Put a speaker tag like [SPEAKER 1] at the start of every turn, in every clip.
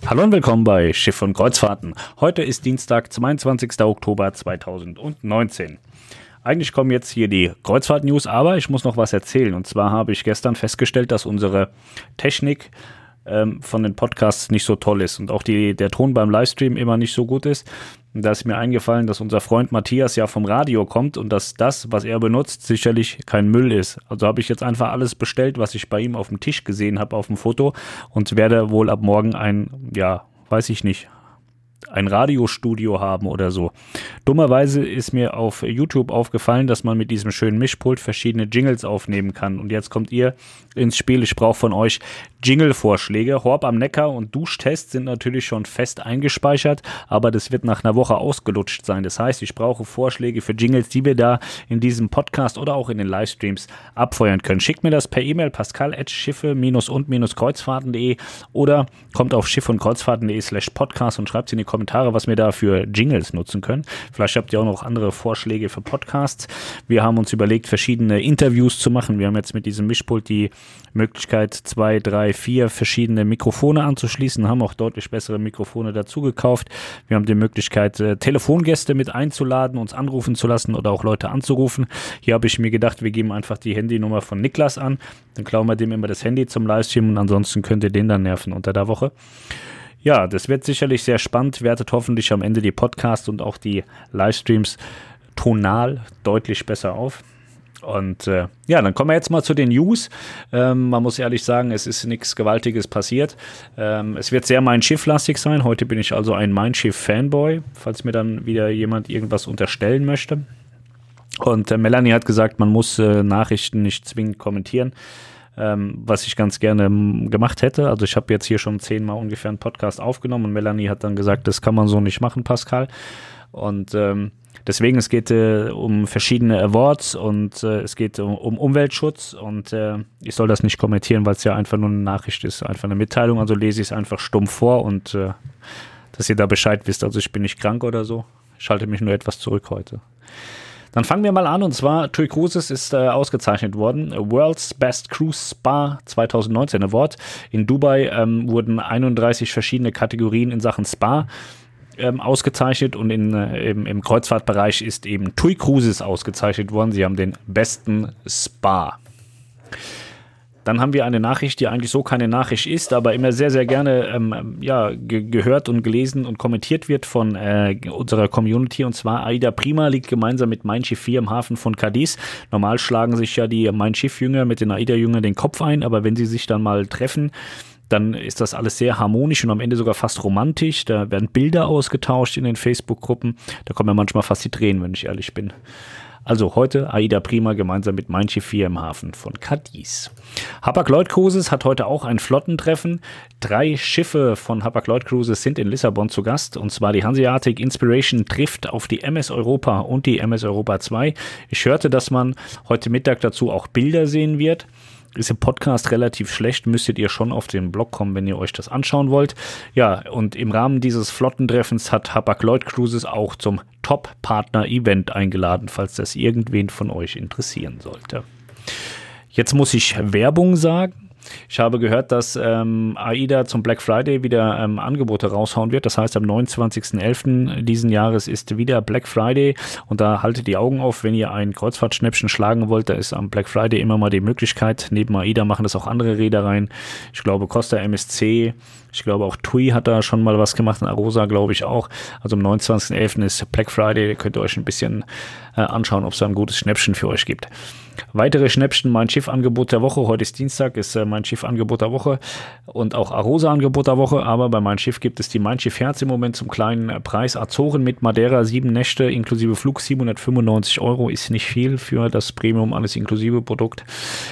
[SPEAKER 1] Hallo und willkommen bei Schiff und Kreuzfahrten. Heute ist Dienstag, 22. Oktober 2019. Eigentlich kommen jetzt hier die Kreuzfahrt-News, aber ich muss noch was erzählen. Und zwar habe ich gestern festgestellt, dass unsere Technik von den Podcasts nicht so toll ist und auch der Ton beim Livestream immer nicht so gut ist. Und da ist mir eingefallen, dass unser Freund Matthias ja vom Radio kommt und dass das, was er benutzt, sicherlich kein Müll ist. Also habe ich jetzt einfach alles bestellt, was ich bei ihm auf dem Tisch gesehen habe auf dem Foto und werde wohl ab morgen ein Radiostudio haben oder so. Dummerweise ist mir auf YouTube aufgefallen, dass man mit diesem schönen Mischpult verschiedene Jingles aufnehmen kann. Und jetzt kommt ihr ins Spiel. Ich brauche von euch Jingle-Vorschläge. Horb am Neckar und Duschtest sind natürlich schon fest eingespeichert, aber das wird nach einer Woche ausgelutscht sein. Das heißt, ich brauche Vorschläge für Jingles, die wir da in diesem Podcast oder auch in den Livestreams abfeuern können. Schickt mir das per E-Mail pascal@schiffe-und-kreuzfahrten.de oder kommt auf schiff-und-kreuzfahrten.de/podcast und schreibt in die Kommentare, was wir da für Jingles nutzen können. Vielleicht habt ihr auch noch andere Vorschläge für Podcasts. Wir haben uns überlegt, verschiedene Interviews zu machen. Wir haben jetzt mit diesem Mischpult die Möglichkeit, 2, 3, 4 verschiedene Mikrofone anzuschließen, haben auch deutlich bessere Mikrofone dazu gekauft. Wir haben die Möglichkeit, Telefongäste mit einzuladen, uns anrufen zu lassen oder auch Leute anzurufen. Hier habe ich mir gedacht, wir geben einfach die Handynummer von Niklas an. Dann klauen wir dem immer das Handy zum Livestream und ansonsten könnt ihr den dann nerven unter der Woche. Ja, das wird sicherlich sehr spannend, wertet hoffentlich am Ende die Podcasts und auch die Livestreams tonal deutlich besser auf. Und dann kommen wir jetzt mal zu den News. Man muss ehrlich sagen, es ist nichts Gewaltiges passiert. Es wird sehr Mein Schiff-lastig sein. Heute bin ich also ein Mein Schiff-Fanboy, falls mir dann wieder jemand irgendwas unterstellen möchte. Und Melanie hat gesagt, man muss Nachrichten nicht zwingend kommentieren, was ich ganz gerne gemacht hätte. Also ich habe jetzt hier schon 10-mal ungefähr einen Podcast aufgenommen und Melanie hat dann gesagt, das kann man so nicht machen, Pascal. Und deswegen, es geht um verschiedene Awards und es geht um Umweltschutz und ich soll das nicht kommentieren, weil es ja einfach nur eine Nachricht ist, einfach eine Mitteilung, also lese ich es einfach stumpf vor und dass ihr da Bescheid wisst, also ich bin nicht krank oder so, ich halte mich nur etwas zurück heute. Dann fangen wir mal an und zwar TUI Cruises ist ausgezeichnet worden, World's Best Cruise Spa 2019 Award. In Dubai wurden 31 verschiedene Kategorien in Sachen Spa ausgezeichnet und im Kreuzfahrtbereich ist eben TUI Cruises ausgezeichnet worden. Sie haben den besten Spa. Dann haben wir eine Nachricht, die eigentlich so keine Nachricht ist, aber immer sehr, sehr gerne gehört und gelesen und kommentiert wird von unserer Community. Und zwar AIDA Prima liegt gemeinsam mit Mein Schiff 4 im Hafen von Cadiz. Normal schlagen sich ja die Mein Schiff-Jünger mit den AIDA-Jüngern den Kopf ein, aber wenn sie sich dann mal treffen, dann ist das alles sehr harmonisch und am Ende sogar fast romantisch. Da werden Bilder ausgetauscht in den Facebook-Gruppen. Da kommen ja manchmal fast die Tränen, wenn ich ehrlich bin. Also heute AIDA Prima gemeinsam mit Mein Schiff 4 im Hafen von Cadiz. Hapag-Lloyd Cruises hat heute auch ein Flottentreffen. 3 Schiffe von Hapag-Lloyd Cruises sind in Lissabon zu Gast. Und zwar die Hanseatic Inspiration trifft auf die MS Europa und die MS Europa 2. Ich hörte, dass man heute Mittag dazu auch Bilder sehen wird. Ist im Podcast relativ schlecht, müsstet ihr schon auf den Blog kommen, wenn ihr euch das anschauen wollt. Ja, und im Rahmen dieses Flottentreffens hat Hapag-Lloyd Cruises auch zum Top-Partner-Event eingeladen, falls das irgendwen von euch interessieren sollte. Jetzt muss ich Werbung sagen. Ich habe gehört, dass AIDA zum Black Friday wieder Angebote raushauen wird. Das heißt, am 29.11. diesen Jahres ist wieder Black Friday und da haltet die Augen auf, wenn ihr ein Kreuzfahrtschnäppchen schlagen wollt. Da ist am Black Friday immer mal die Möglichkeit. Neben AIDA machen das auch andere Reedereien. Ich glaube, Costa MSC, ich glaube auch TUI hat da schon mal was gemacht, und Arosa glaube ich auch. Also am 29.11. ist Black Friday, da könnt ihr euch ein bisschen anschauen, ob es da ein gutes Schnäppchen für euch gibt. Weitere Schnäppchen, Mein Schiff-Angebot der Woche. Heute ist Dienstag, ist Mein Schiff-Angebot der Woche und auch Arosa-Angebot der Woche. Aber bei Mein Schiff gibt es die Mein Schiff Herz im Moment zum kleinen Preis. Azoren mit Madeira, 7 Nächte inklusive Flug, 795 €. Ist nicht viel für das Premium alles inklusive Produkt.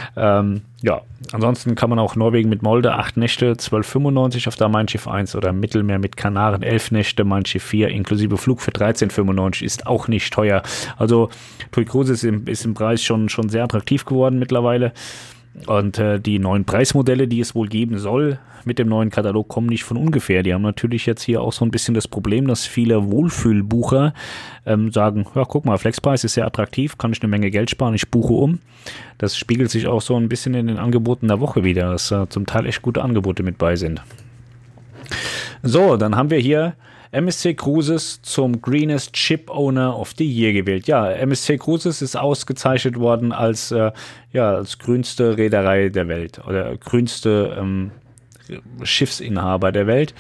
[SPEAKER 1] Ansonsten kann man auch Norwegen mit Molde, 8 Nächte, 12,95 auf der Mein Schiff 1 oder Mittelmeer mit Kanaren, 11 Nächte, Mein Schiff 4 inklusive Flug für 13,95 ist auch nicht teuer. Also TUI Cruises ist im Preis schon sehr attraktiv geworden mittlerweile. Und die neuen Preismodelle, die es wohl geben soll mit dem neuen Katalog, kommen nicht von ungefähr. Die haben natürlich jetzt hier auch so ein bisschen das Problem, dass viele Wohlfühlbucher sagen, ja, guck mal, Flexpreis ist sehr attraktiv, kann ich eine Menge Geld sparen, ich buche um. Das spiegelt sich auch so ein bisschen in den Angeboten der Woche wieder, dass zum Teil echt gute Angebote mit bei sind. So, dann haben wir hier MSC Cruises zum Greenest Ship Owner of the Year gewählt. Ja, MSC Cruises ist ausgezeichnet worden als grünste Reederei der Welt oder grünste Schiffsinhaber der Welt.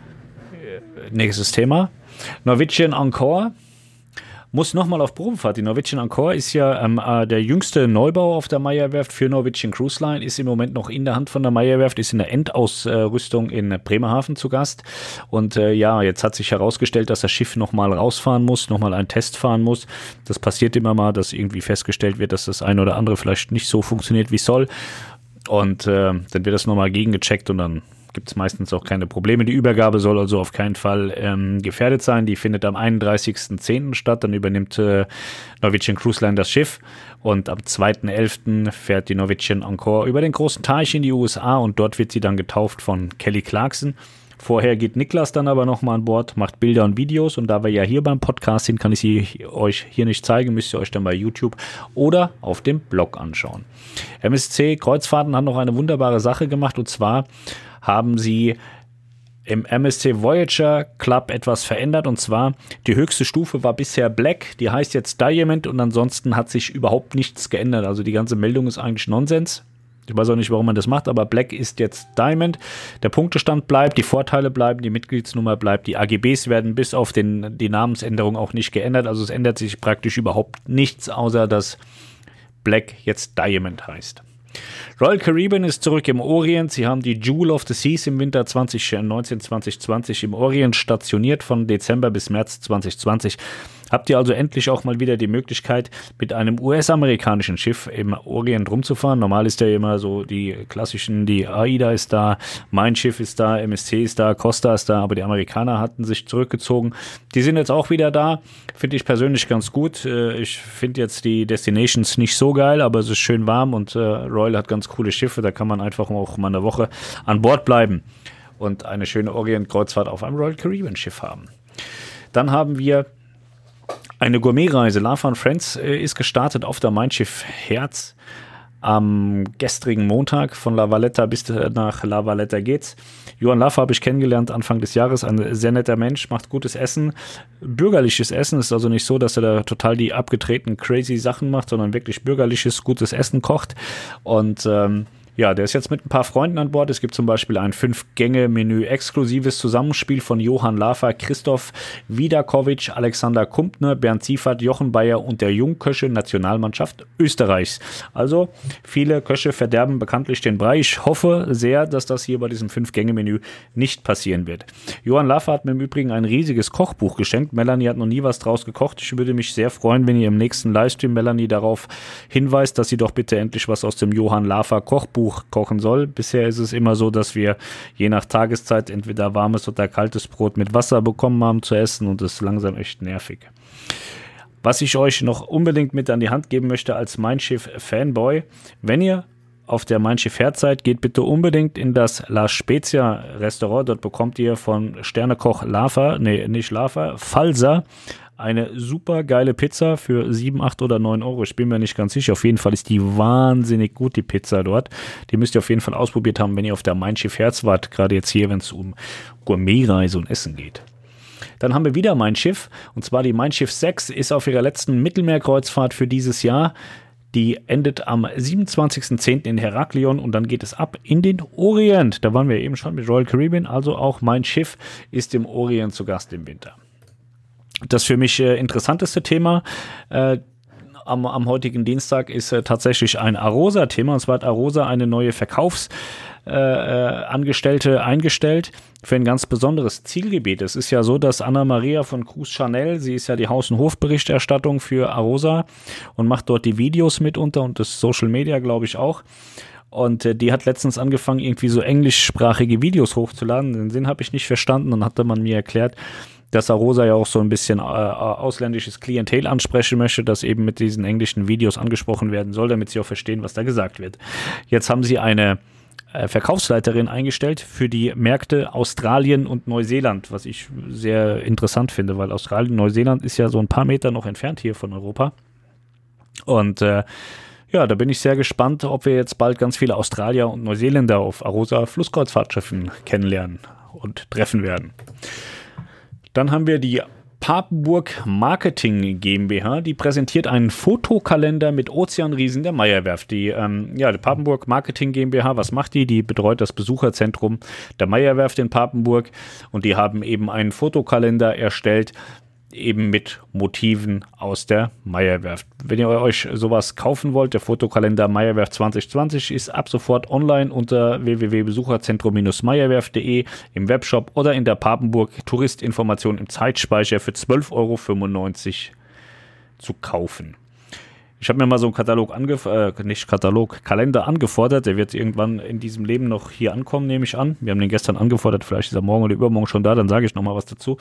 [SPEAKER 1] Nächstes Thema. Norwegian Encore muss nochmal auf Probefahrt. Die Norwegian Encore ist ja der jüngste Neubau auf der Meyer-Werft für Norwegian Cruise Line, ist im Moment noch in der Hand von der Meyer-Werft, ist in der Endausrüstung in Bremerhaven zu Gast. Und jetzt hat sich herausgestellt, dass das Schiff nochmal rausfahren muss, nochmal einen Test fahren muss. Das passiert immer mal, dass irgendwie festgestellt wird, dass das eine oder andere vielleicht nicht so funktioniert, wie es soll. Und dann wird das nochmal gegengecheckt und dann gibt es meistens auch keine Probleme. Die Übergabe soll also auf keinen Fall gefährdet sein. Die findet am 31.10. statt. Dann übernimmt Norwegian Cruise Line das Schiff. Und am 2.11. fährt die Norwegian Encore über den großen Teich in die USA und dort wird sie dann getauft von Kelly Clarkson. Vorher geht Niklas dann aber nochmal an Bord, macht Bilder und Videos und da wir ja hier beim Podcast sind, kann ich sie euch hier nicht zeigen, müsst ihr euch dann bei YouTube oder auf dem Blog anschauen. MSC Kreuzfahrten haben noch eine wunderbare Sache gemacht und zwar haben sie im MSC Voyager Club etwas verändert und zwar die höchste Stufe war bisher Black, die heißt jetzt Diamond und ansonsten hat sich überhaupt nichts geändert. Also die ganze Meldung ist eigentlich Nonsens. Ich weiß auch nicht, warum man das macht, aber Black ist jetzt Diamond. Der Punktestand bleibt, die Vorteile bleiben, die Mitgliedsnummer bleibt, die AGBs werden bis auf die Namensänderung auch nicht geändert. Also es ändert sich praktisch überhaupt nichts, außer dass Black jetzt Diamond heißt. Royal Caribbean ist zurück im Orient. Sie haben die Jewel of the Seas im Winter 2019-2020 im Orient stationiert von Dezember bis März 2020. Habt ihr also endlich auch mal wieder die Möglichkeit, mit einem US-amerikanischen Schiff im Orient rumzufahren. Normal ist ja immer so die klassischen, die AIDA ist da, Mein Schiff ist da, MSC ist da, Costa ist da, aber die Amerikaner hatten sich zurückgezogen. Die sind jetzt auch wieder da, finde ich persönlich ganz gut. Ich finde jetzt die Destinations nicht so geil, aber es ist schön warm und Royal hat ganz coole Schiffe, da kann man einfach auch mal eine Woche an Bord bleiben und eine schöne Orient-Kreuzfahrt auf einem Royal Caribbean-Schiff haben. Dann haben wir eine Gourmetreise. Lava Friends ist gestartet auf der Mein Schiff Herz am gestrigen Montag. Von La Valletta bis nach La Valletta geht's. Johann Laffer habe ich kennengelernt Anfang des Jahres. Ein sehr netter Mensch, macht gutes Essen. Bürgerliches Essen. Ist also nicht so, dass er da total die abgetretenen crazy Sachen macht, sondern wirklich bürgerliches, gutes Essen kocht. Und der ist jetzt mit ein paar Freunden an Bord. Es gibt zum Beispiel ein 5-Gänge-Menü, exklusives Zusammenspiel von Johann Laffer, Christoph Widakovic, Alexander Kumpner, Bernd Ziefert, Jochen Bayer und der Jungköche-Nationalmannschaft Österreichs. Also viele Köche verderben bekanntlich den Brei. Ich hoffe sehr, dass das hier bei diesem 5-Gänge-Menü nicht passieren wird. Johann Laffer hat mir im Übrigen ein riesiges Kochbuch geschenkt. Melanie hat noch nie was draus gekocht. Ich würde mich sehr freuen, wenn ihr im nächsten Livestream Melanie darauf hinweist, dass sie doch bitte endlich was aus dem Johann Laffer Kochbuch kochen soll. Bisher ist es immer so, dass wir je nach Tageszeit entweder warmes oder kaltes Brot mit Wasser bekommen haben zu essen und das ist langsam echt nervig. Was ich euch noch unbedingt mit an die Hand geben möchte als Mein Schiff Fanboy, wenn ihr auf der Mein Schiff Herz seid, geht bitte unbedingt in das La Spezia Restaurant. Dort bekommt ihr von Sternekoch Falser eine super geile Pizza für 7, 8 oder 9 Euro. Ich bin mir nicht ganz sicher. Auf jeden Fall ist die wahnsinnig gut, die Pizza dort. Die müsst ihr auf jeden Fall ausprobiert haben, wenn ihr auf der Mein Schiff Herz wart. Gerade jetzt hier, wenn es um Gourmetreise und Essen geht. Dann haben wir wieder Mein Schiff. Und zwar die Mein Schiff 6 ist auf ihrer letzten Mittelmeerkreuzfahrt für dieses Jahr. Die endet am 27.10. in Heraklion und dann geht es ab in den Orient. Da waren wir eben schon mit Royal Caribbean. Also auch Mein Schiff ist im Orient zu Gast im Winter. Das für mich interessanteste Thema am heutigen Dienstag ist tatsächlich ein Arosa-Thema. Und zwar hat Arosa eine neue Verkaufsangestellte eingestellt für ein ganz besonderes Zielgebiet. Es ist ja so, dass Anna Maria von Cruise Chanel, sie ist ja die Haus- und Hofberichterstattung für Arosa und macht dort die Videos mitunter und das Social Media, glaube ich, auch. Und die hat letztens angefangen, irgendwie so englischsprachige Videos hochzuladen. Den Sinn habe ich nicht verstanden. Dann hatte man mir erklärt, dass Arosa ja auch so ein bisschen ausländisches Klientel ansprechen möchte, das eben mit diesen englischen Videos angesprochen werden soll, damit sie auch verstehen, was da gesagt wird. Jetzt haben sie eine Verkaufsleiterin eingestellt für die Märkte Australien und Neuseeland, was ich sehr interessant finde, weil Australien und Neuseeland ist ja so ein paar Meter noch entfernt hier von Europa. Und da bin ich sehr gespannt, ob wir jetzt bald ganz viele Australier und Neuseeländer auf Arosa Flusskreuzfahrtschiffen kennenlernen. und treffen werden. Dann haben wir die Papenburg Marketing GmbH, die präsentiert einen Fotokalender mit Ozeanriesen der Meyer-Werft. Die Papenburg Marketing GmbH, was macht die? Die betreut das Besucherzentrum der Meyer-Werft in Papenburg und die haben eben einen Fotokalender erstellt, eben mit Motiven aus der Meyer-Werft. Wenn ihr euch sowas kaufen wollt, der Fotokalender Meyer-Werft 2020 ist ab sofort online unter www.besucherzentrum-meyerwerft.de im Webshop oder in der Papenburg Touristinformation im Zeitspeicher für 12,95 € zu kaufen. Ich habe mir mal so einen Kalender angefordert, der wird irgendwann in diesem Leben noch hier ankommen, nehme ich an. Wir haben den gestern angefordert, vielleicht ist er morgen oder übermorgen schon da, dann sage ich nochmal was dazu.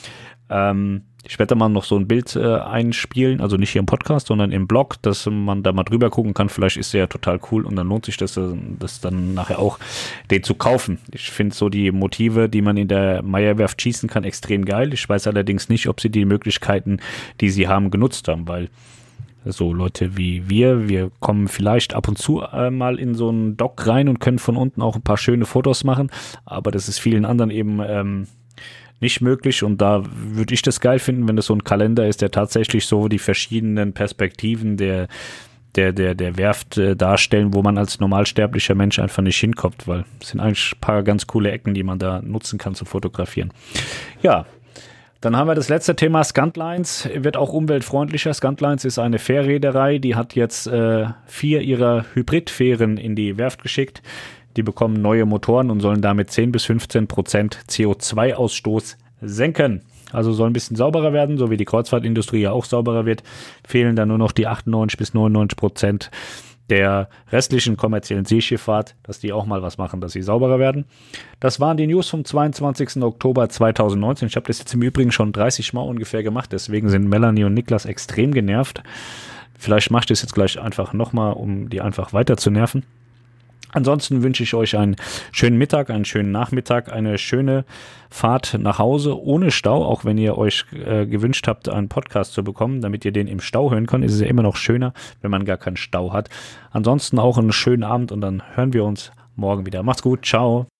[SPEAKER 1] Ich werde da mal noch so ein Bild einspielen, also nicht hier im Podcast, sondern im Blog, dass man da mal drüber gucken kann. Vielleicht ist der ja total cool und dann lohnt sich das dann nachher auch, den zu kaufen. Ich finde so die Motive, die man in der Meyer-Werft schießen kann, extrem geil. Ich weiß allerdings nicht, ob sie die Möglichkeiten, die sie haben, genutzt haben, weil so Leute wie wir kommen vielleicht ab und zu mal in so einen Dock rein und können von unten auch ein paar schöne Fotos machen, aber das ist vielen anderen eben nicht möglich und da würde ich das geil finden, wenn das so ein Kalender ist, der tatsächlich so die verschiedenen Perspektiven der Werft darstellen, wo man als normalsterblicher Mensch einfach nicht hinkommt, weil es sind eigentlich ein paar ganz coole Ecken, die man da nutzen kann zum Fotografieren. Ja, dann haben wir das letzte Thema, Scantlines, wird auch umweltfreundlicher. Scantlines ist eine Fährreederei, die hat jetzt 4 ihrer Hybridfähren in die Werft geschickt. Die bekommen neue Motoren und sollen damit 10-15% CO2-Ausstoß senken. Also soll ein bisschen sauberer werden, so wie die Kreuzfahrtindustrie ja auch sauberer wird. Fehlen dann nur noch die 98-99% der restlichen kommerziellen Seeschifffahrt, dass die auch mal was machen, dass sie sauberer werden. Das waren die News vom 22. Oktober 2019. Ich habe das jetzt im Übrigen schon 30 Mal ungefähr gemacht, deswegen sind Melanie und Niklas extrem genervt. Vielleicht mache ich das jetzt gleich einfach nochmal, um die einfach weiter zu nerven. Ansonsten wünsche ich euch einen schönen Mittag, einen schönen Nachmittag, eine schöne Fahrt nach Hause ohne Stau, auch wenn ihr euch gewünscht habt, einen Podcast zu bekommen, damit ihr den im Stau hören könnt. Ist es ja immer noch schöner, wenn man gar keinen Stau hat. Ansonsten auch einen schönen Abend und dann hören wir uns morgen wieder. Macht's gut, ciao.